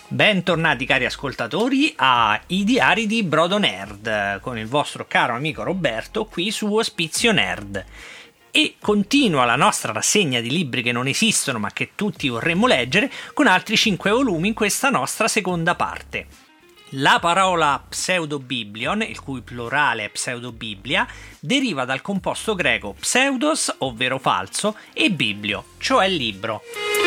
Bentornati cari ascoltatori a I Diari di Brodo Nerd con il vostro caro amico Roberto qui su Ospizio Nerd. E continua la nostra rassegna di libri che non esistono ma che tutti vorremmo leggere con altri 5 volumi in questa nostra seconda parte. La parola pseudobiblion, il cui plurale è pseudobiblia, deriva dal composto greco pseudos, ovvero falso, e biblio, cioè libro.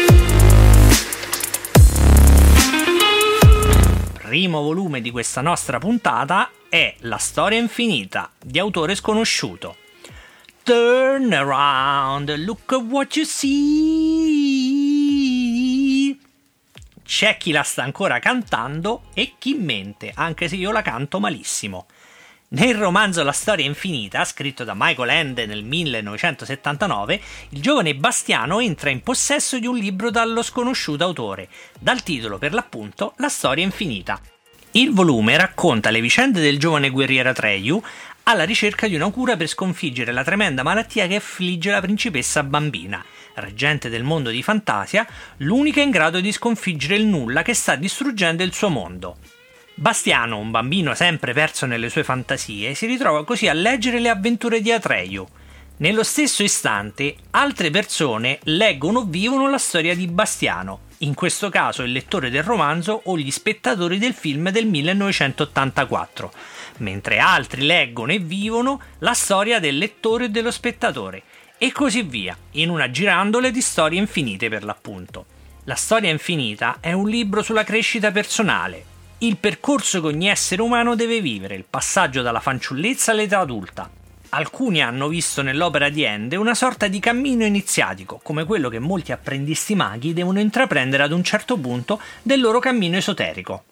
Primo volume di questa nostra puntata è La storia infinita, di autore sconosciuto. Turn around, look at what you see. C'è chi la sta ancora cantando e chi mente, anche se io la canto malissimo. Nel romanzo La storia infinita, scritto da Michael Ende nel 1979, il giovane Bastiano entra in possesso di un libro dallo sconosciuto autore, dal titolo per l'appunto La storia infinita. Il volume racconta le vicende del giovane guerriero Atreyu alla ricerca di una cura per sconfiggere la tremenda malattia che affligge la principessa bambina, reggente del mondo di Fantasia, l'unica in grado di sconfiggere il nulla che sta distruggendo il suo mondo. Bastiano, un bambino sempre perso nelle sue fantasie, si ritrova così a leggere le avventure di Atreyu. Nello stesso istante, altre persone leggono o vivono la storia di Bastiano, in questo caso il lettore del romanzo o gli spettatori del film del 1984, mentre altri leggono e vivono la storia del lettore e dello spettatore, e così via, in una girandole di storie infinite per l'appunto. La storia infinita è un libro sulla crescita personale, il percorso che ogni essere umano deve vivere, il passaggio dalla fanciullezza all'età adulta. Alcuni hanno visto nell'opera di Ende una sorta di cammino iniziatico, come quello che molti apprendisti maghi devono intraprendere ad un certo punto del loro cammino esoterico.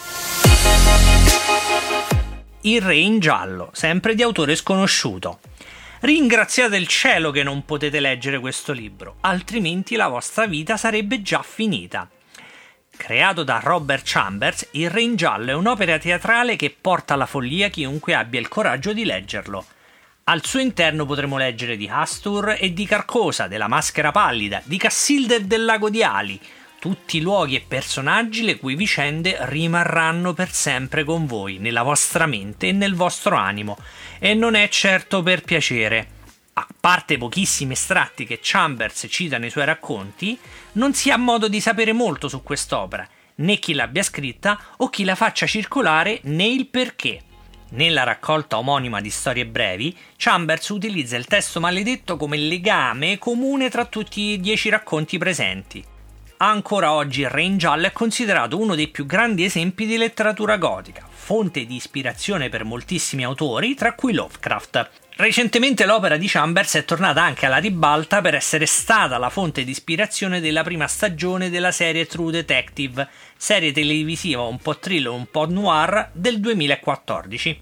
Il Re in giallo, sempre di autore sconosciuto. Ringraziate il cielo che non potete leggere questo libro, altrimenti la vostra vita sarebbe già finita. Creato da Robert Chambers, Il Re in giallo è un'opera teatrale che porta alla follia chiunque abbia il coraggio di leggerlo. Al suo interno potremo leggere di Hastur e di Carcosa, della Maschera Pallida, di Cassilda e del Lago di Ali, tutti luoghi e personaggi le cui vicende rimarranno per sempre con voi, nella vostra mente e nel vostro animo, e non è certo per piacere. A parte pochissimi estratti che Chambers cita nei suoi racconti, non si ha modo di sapere molto su quest'opera, né chi l'abbia scritta o chi la faccia circolare, né il perché. Nella raccolta omonima di storie brevi, Chambers utilizza il testo maledetto come legame comune tra tutti i 10 racconti presenti. Ancora oggi il Re in giallo è considerato uno dei più grandi esempi di letteratura gotica, fonte di ispirazione per moltissimi autori, tra cui Lovecraft. Recentemente l'opera di Chambers è tornata anche alla ribalta per essere stata la fonte di ispirazione della prima stagione della serie True Detective, serie televisiva un po' thriller, un po' noir del 2014.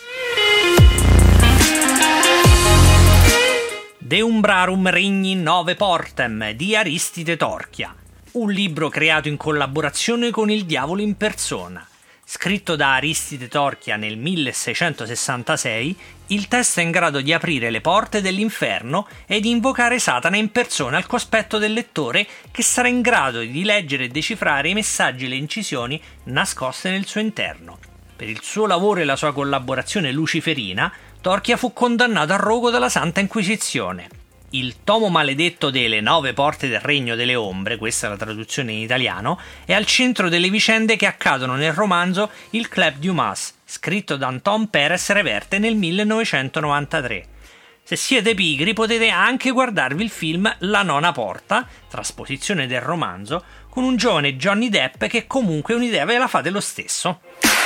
De Umbrarum Regni Nove Portem di Aristide Torchia, un libro creato in collaborazione con il diavolo in persona. Scritto da Aristide Torchia nel 1666, il testo è in grado di aprire le porte dell'inferno e di invocare Satana in persona al cospetto del lettore, che sarà in grado di leggere e decifrare i messaggi e le incisioni nascoste nel suo interno. Per il suo lavoro e la sua collaborazione luciferina, Torchia fu condannato al rogo dalla Santa Inquisizione. Il tomo maledetto delle 9 porte del Regno delle Ombre, questa è la traduzione in italiano, è al centro delle vicende che accadono nel romanzo Il Club Dumas, scritto da Anton Perez Reverte nel 1993. Se siete pigri potete anche guardarvi il film La Nona Porta, trasposizione del romanzo, con un giovane Johnny Depp che comunque un'idea ve la fate lo stesso.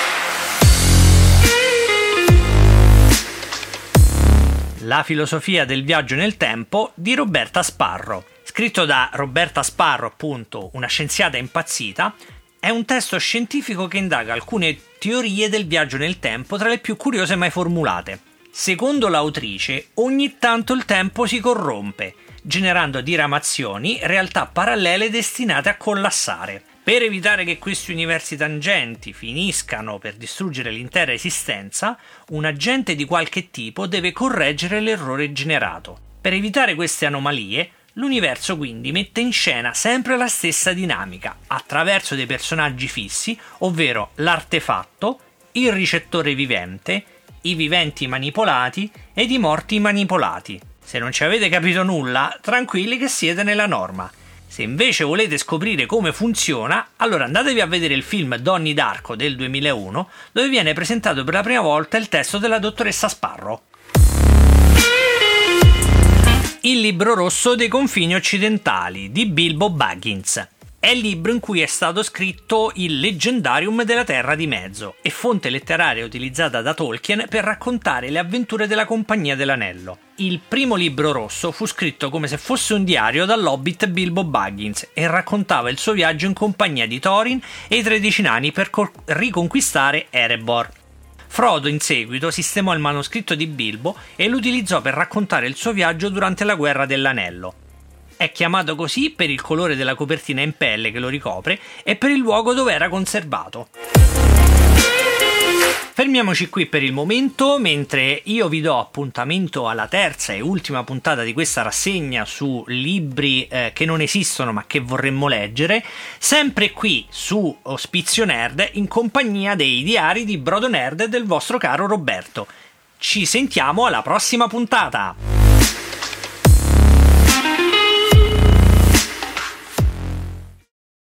La filosofia del viaggio nel tempo di Roberta Sparro. Scritto da Roberta Sparro, appunto, una scienziata impazzita, è un testo scientifico che indaga alcune teorie del viaggio nel tempo tra le più curiose mai formulate. Secondo l'autrice, ogni tanto il tempo si corrompe, generando diramazioni, realtà parallele destinate a collassare. Per evitare che questi universi tangenti finiscano per distruggere l'intera esistenza, un agente di qualche tipo deve correggere l'errore generato. Per evitare queste anomalie, L'universo quindi mette in scena sempre la stessa dinamica, attraverso dei personaggi fissi, ovvero l'artefatto, il ricettore vivente, i viventi manipolati ed i morti manipolati. Se non ci avete capito nulla, tranquilli che siete nella norma. Se invece volete scoprire come funziona, allora andatevi a vedere il film Donnie Darko del 2001, dove viene presentato per la prima volta il testo della dottoressa Sparrow. Il libro rosso dei confini occidentali di Bilbo Baggins. È il libro in cui è stato scritto il Leggendarium della Terra di Mezzo e fonte letteraria utilizzata da Tolkien per raccontare le avventure della Compagnia dell'Anello. Il primo libro rosso fu scritto come se fosse un diario dall'hobbit Bilbo Baggins e raccontava il suo viaggio in compagnia di Thorin e i 13 nani per riconquistare Erebor. Frodo in seguito sistemò il manoscritto di Bilbo e lo utilizzò per raccontare il suo viaggio durante la Guerra dell'Anello. È chiamato così per il colore della copertina in pelle che lo ricopre e per il luogo dove era conservato. Fermiamoci qui per il momento, mentre io vi do appuntamento alla terza e ultima puntata di questa rassegna su libri che non esistono ma che vorremmo leggere, sempre qui su Ospizio Nerd in compagnia dei diari di Brodo Nerd e del vostro caro Roberto. Ci sentiamo alla prossima puntata!